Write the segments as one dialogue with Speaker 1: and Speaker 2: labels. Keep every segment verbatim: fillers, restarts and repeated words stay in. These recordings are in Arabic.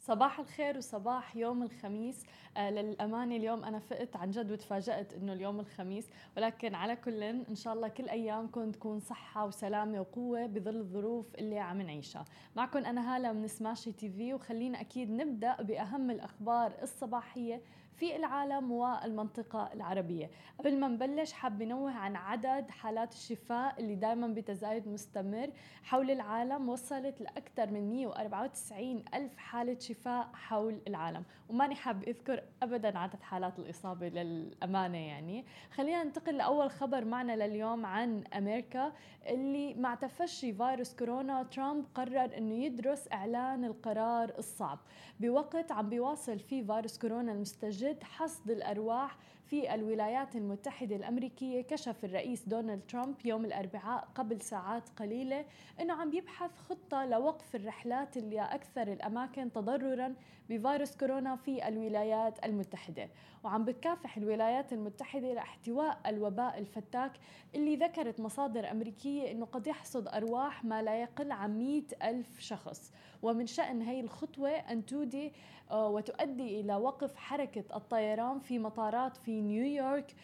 Speaker 1: صباح الخير وصباح يوم الخميس. آه للأمانة اليوم أنا فقت عن جد وتفاجأت إنه اليوم الخميس، ولكن على كل إن شاء الله كل أيامكم تكون صحة وسلامة وقوة بظل الظروف اللي عم نعيشها. معكم أنا هالة من سماشي تي في، وخلينا أكيد نبدأ بأهم الأخبار الصباحية في العالم والمنطقة العربية. قبل ما نبلش حاب نوه عن عدد حالات الشفاء اللي دايما بتزايد مستمر حول العالم، وصلت لأكثر من مئة وأربعة وتسعين ألف حالة شفاء حول العالم، وماني حاب أذكر أبدا عدد حالات الإصابة للأمانة. يعني خلينا ننتقل لأول خبر معنا لليوم عن أمريكا، اللي مع تفشي فيروس كورونا ترامب قرر أنه يدرس إعلان القرار الصعب بوقت عم بيواصل فيه فيروس كورونا المستجد حصد الأرواح في الولايات المتحدة الأمريكية. كشف الرئيس دونالد ترامب يوم الأربعاء قبل ساعات قليلة أنه عم يبحث خطة لوقف الرحلات اللي أكثر الأماكن تضرراً بفيروس كورونا في الولايات المتحدة، وعم بتكافح الولايات المتحدة لاحتواء الوباء الفتاك اللي ذكرت مصادر أمريكية أنه قد يحصد أرواح ما لا يقل عن مئة ألف شخص. ومن شأن هي الخطوة أن تودي وتؤدي إلى وقف حركة الطيران في مطارات في نيويورك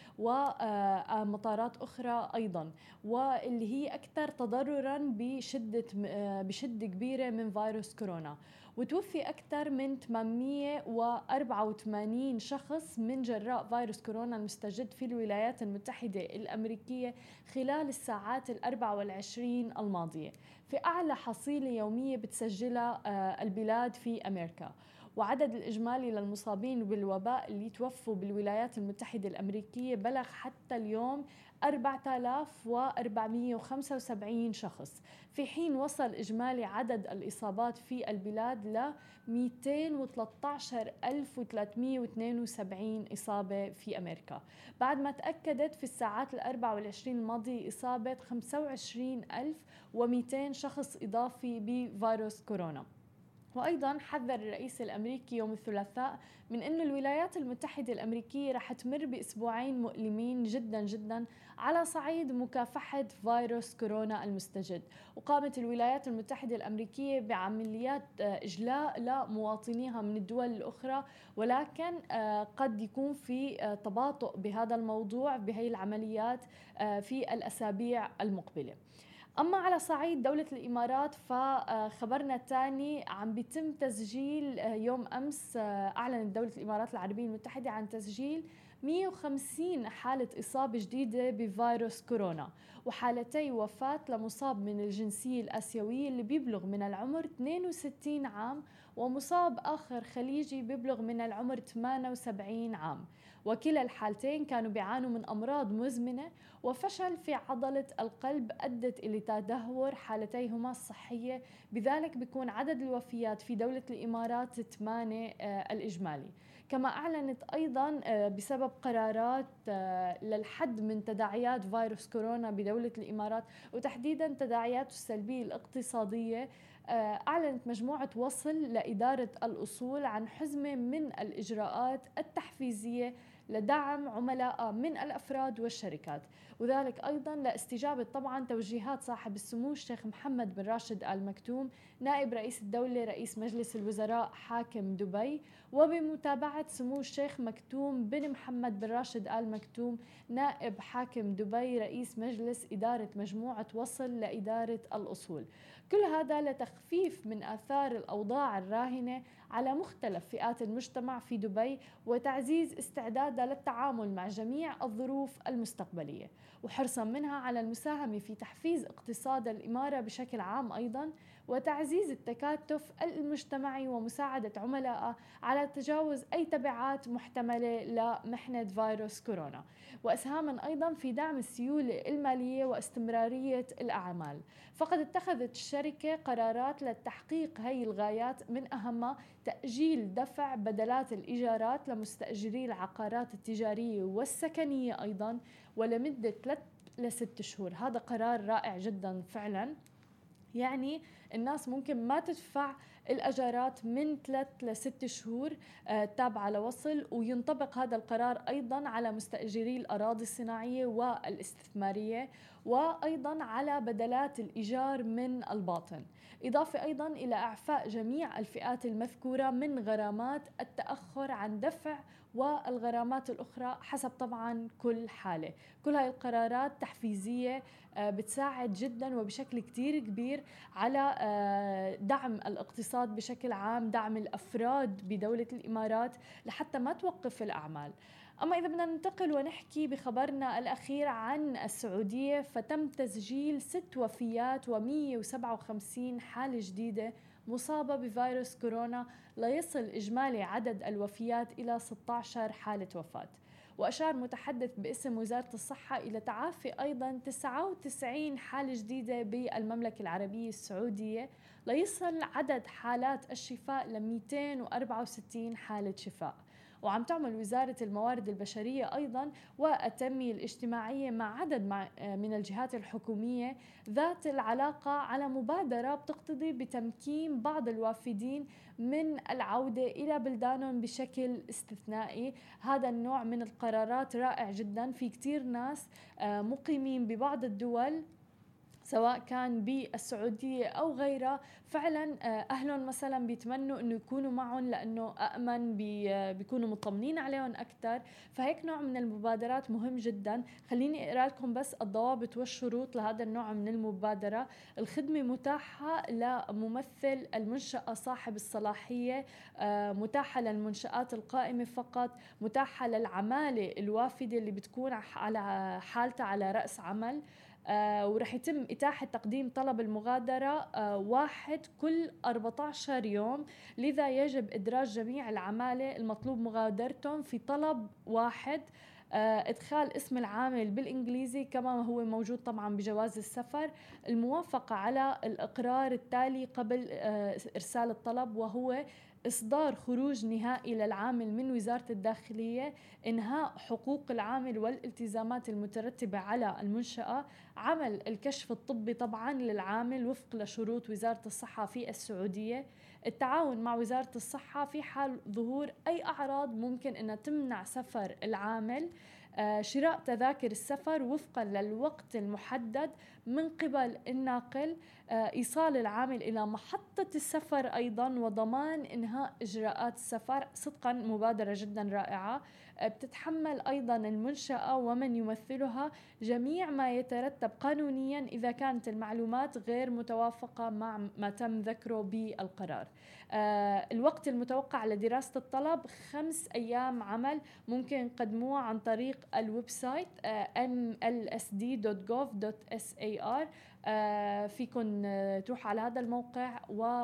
Speaker 1: ومطارات أخرى أيضا، واللي هي أكثر تضرراً بشدة بشدة كبيرة من فيروس كورونا. وتوفي أكثر من ثمانمئة وأربعة وثمانين شخص من جراء فيروس كورونا المستجد في الولايات المتحدة الأمريكية خلال الساعات الأربع والعشرين الماضية، في أعلى حصيلة يومية بتسجلها البلاد في أمريكا. وعدد الإجمالي للمصابين بالوباء اللي توفوا بالولايات المتحدة الأمريكية بلغ حتى اليوم أربعة آلاف وأربعمئة وخمسة وسبعين شخص، في حين وصل إجمالي عدد الإصابات في البلاد ل مئتين وثلاثة عشر ألف وثلاثمئة واثنين وسبعين إصابة في أمريكا، بعد ما تأكدت في الساعات الأربع والعشرين الماضية إصابة خمسة وعشرين ألف ومئتين شخص إضافي بفيروس كورونا. وأيضاً حذر الرئيس الأمريكي يوم الثلاثاء من أن الولايات المتحدة الأمريكية رح تمر بأسبوعين مؤلمين جداً جداً على صعيد مكافحة فيروس كورونا المستجد. وقامت الولايات المتحدة الأمريكية بعمليات إجلاء لمواطنيها من الدول الأخرى، ولكن قد يكون في تباطؤ بهذا الموضوع بهي العمليات في الأسابيع المقبلة. أما على صعيد دولة الإمارات فخبرنا الثاني عم بيتم تسجيل يوم أمس، أعلنت دولة الإمارات العربية المتحدة عن تسجيل مئة وخمسين حالة إصابة جديدة بفيروس كورونا، وحالتي وفاة لمصاب من الجنسية الآسيوية اللي بيبلغ من العمر اثنين وستين عام، ومصاب آخر خليجي بيبلغ من العمر ثمانية وسبعين عام. وكلا الحالتين كانوا بيعانوا من أمراض مزمنة وفشل في عضلة القلب أدت إلى تدهور حالتيهما الصحية، بذلك بيكون عدد الوفيات في دولة الإمارات ثمانية الإجمالي. كما أعلنت أيضاً بسبب قرارات للحد من تداعيات فيروس كورونا بدولة الإمارات، وتحديداً تداعياته السلبية الاقتصادية، أعلنت مجموعة وصل لإدارة الأصول عن حزمة من الإجراءات التحفيزية لدعم عملاء من الأفراد والشركات، وذلك أيضاً لاستجابة طبعاً توجيهات صاحب السمو الشيخ محمد بن راشد آل مكتوم نائب رئيس الدولة رئيس مجلس الوزراء حاكم دبي، وبمتابعة سمو الشيخ مكتوم بن محمد بن راشد آل مكتوم نائب حاكم دبي رئيس مجلس إدارة مجموعة وصل لإدارة الأصول. كل هذا لتخفيف من آثار الأوضاع الراهنة على مختلف فئات المجتمع في دبي، وتعزيز استعدادها للتعامل مع جميع الظروف المستقبلية، وحرصا منها على المساهمة في تحفيز اقتصاد الإمارة بشكل عام أيضا، وتعزيز التكاتف المجتمعي ومساعدة عملائها على تجاوز أي تبعات محتملة لمحنة فيروس كورونا، وإسهاما أيضا في دعم السيولة المالية واستمرارية الأعمال. فقد اتخذت الشركة قرارات للتحقيق هي الغايات، من أهمها تأجيل دفع بدلات الإيجارات لمستأجري العقارات التجارية والسكنية أيضا ولمدة ثلاث لست شهور. هذا قرار رائع جدا فعلا، يعني الناس ممكن ما تدفع الأجارات من ثلاث لست شهور تابعة لوصل. وينطبق هذا القرار أيضا على مستأجري الأراضي الصناعية والاستثمارية، وأيضا على بدلات الإيجار من الباطن، إضافة أيضا إلى إعفاء جميع الفئات المذكورة من غرامات التأخر عن دفع والغرامات الأخرى حسب طبعا كل حالة. كل هاي القرارات تحفيزية بتساعد جدا وبشكل كتير كبير على دعم الاقتصاد بشكل عام، دعم الأفراد بدولة الإمارات لحتى ما توقف الأعمال. أما إذا بدنا ننتقل ونحكي بخبرنا الأخير عن السعودية، فتم تسجيل ست وفيات ومئة وسبعة وخمسين حالة جديدة مصابة بفيروس كورونا، ليصل إجمالي عدد الوفيات إلى ستة عشر حالة وفاة. وأشار متحدث باسم وزارة الصحة إلى تعافي أيضا تسعة وتسعين حالة جديدة بالمملكة العربية السعودية، ليصل عدد حالات الشفاء ل مئتين وأربعة وستين حالة شفاء. وعم تعمل وزارة الموارد البشرية أيضا والتنمية الاجتماعية مع عدد من الجهات الحكومية ذات العلاقة على مبادرة بتقتضي بتمكين بعض الوافدين من العودة إلى بلدانهم بشكل استثنائي. هذا النوع من القرارات رائع جدا. في كتير ناس مقيمين ببعض الدول سواء كان بالسعودية أو غيرها، فعلا أهلهم مثلا بيتمنوا أنه يكونوا معهم لأنه أأمن، بيكونوا مطمنين عليهم أكثر. فهيك نوع من المبادرات مهم جدا. خليني أقرأ لكم بس الضوابط والشروط لهذا النوع من المبادرة. الخدمة متاحة لممثل المنشأة صاحب الصلاحية، متاحة للمنشآت القائمة فقط، متاحة للعمالة الوافدة اللي بتكون على حالتها على رأس عمل. آه ورح يتم إتاحة تقديم طلب المغادرة آه واحد كل أربعة عشر يوم، لذا يجب إدراج جميع العمالة المطلوب مغادرتهم في طلب واحد. آه إدخال اسم العامل بالإنجليزي كما هو موجود طبعا بجواز السفر، الموافقة على الإقرار التالي قبل آه إرسال الطلب، وهو إصدار خروج نهائي للعامل من وزارة الداخلية، إنهاء حقوق العامل والالتزامات المترتبة على المنشأة، عمل الكشف الطبي طبعا للعامل وفق لشروط وزارة الصحة في السعودية، التعاون مع وزارة الصحة في حال ظهور أي أعراض ممكن أن تمنع سفر العامل، آه شراء تذاكر السفر وفقا للوقت المحدد من قبل الناقل، آه إيصال العامل إلى محطة السفر أيضا، وضمان إنهاء إجراءات السفر. صدقا مبادرة جدا رائعة. آه بتتحمل أيضا المنشأة ومن يمثلها جميع ما يترتب قانونيا إذا كانت المعلومات غير متوافقة مع ما تم ذكره بالقرار. آه الوقت المتوقع لدراسة الطلب خمس أيام عمل، ممكن قدموه عن طريق الويب سايت إن إل إس دي دوت جوف دوت إس إيه آر. آه فيكن آه تروحوا على هذا الموقع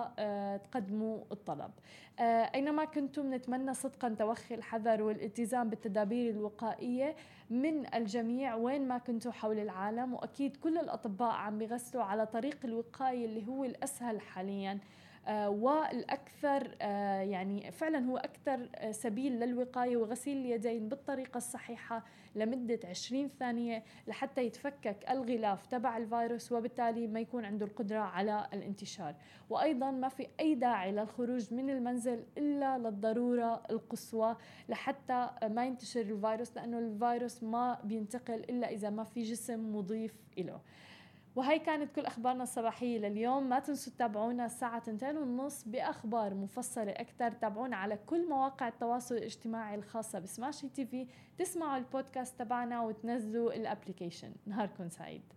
Speaker 1: وتقدموا الطلب. آه أينما كنتم نتمنى صدقا توخي الحذر والالتزام بالتدابير الوقائية من الجميع وين ما كنتوا حول العالم. وأكيد كل الأطباء عم بيغسلوا على طريق الوقاية اللي هو الأسهل حاليا آه والأكثر آه يعني فعلا هو أكثر آه سبيل للوقاية، وغسيل اليدين بالطريقة الصحيحة لمدة عشرين ثانية لحتى يتفكك الغلاف تبع الفيروس وبالتالي ما يكون عنده القدرة على الانتشار. وأيضا ما في أي داعي للخروج من المنزل إلا للضرورة القصوى لحتى ما ينتشر الفيروس، لأنه الفيروس ما بينتقل إلا إذا ما في جسم مضيف إله. وهي كانت كل أخبارنا الصباحية لليوم. ما تنسوا تتابعونا الساعة اثنتين ونص بأخبار مفصلة أكثر. تابعونا على كل مواقع التواصل الاجتماعي الخاصة بسماشي تي في، تسمعوا البودكاست تبعنا وتنزلوا الابليكيشن. نهاركم سعيد.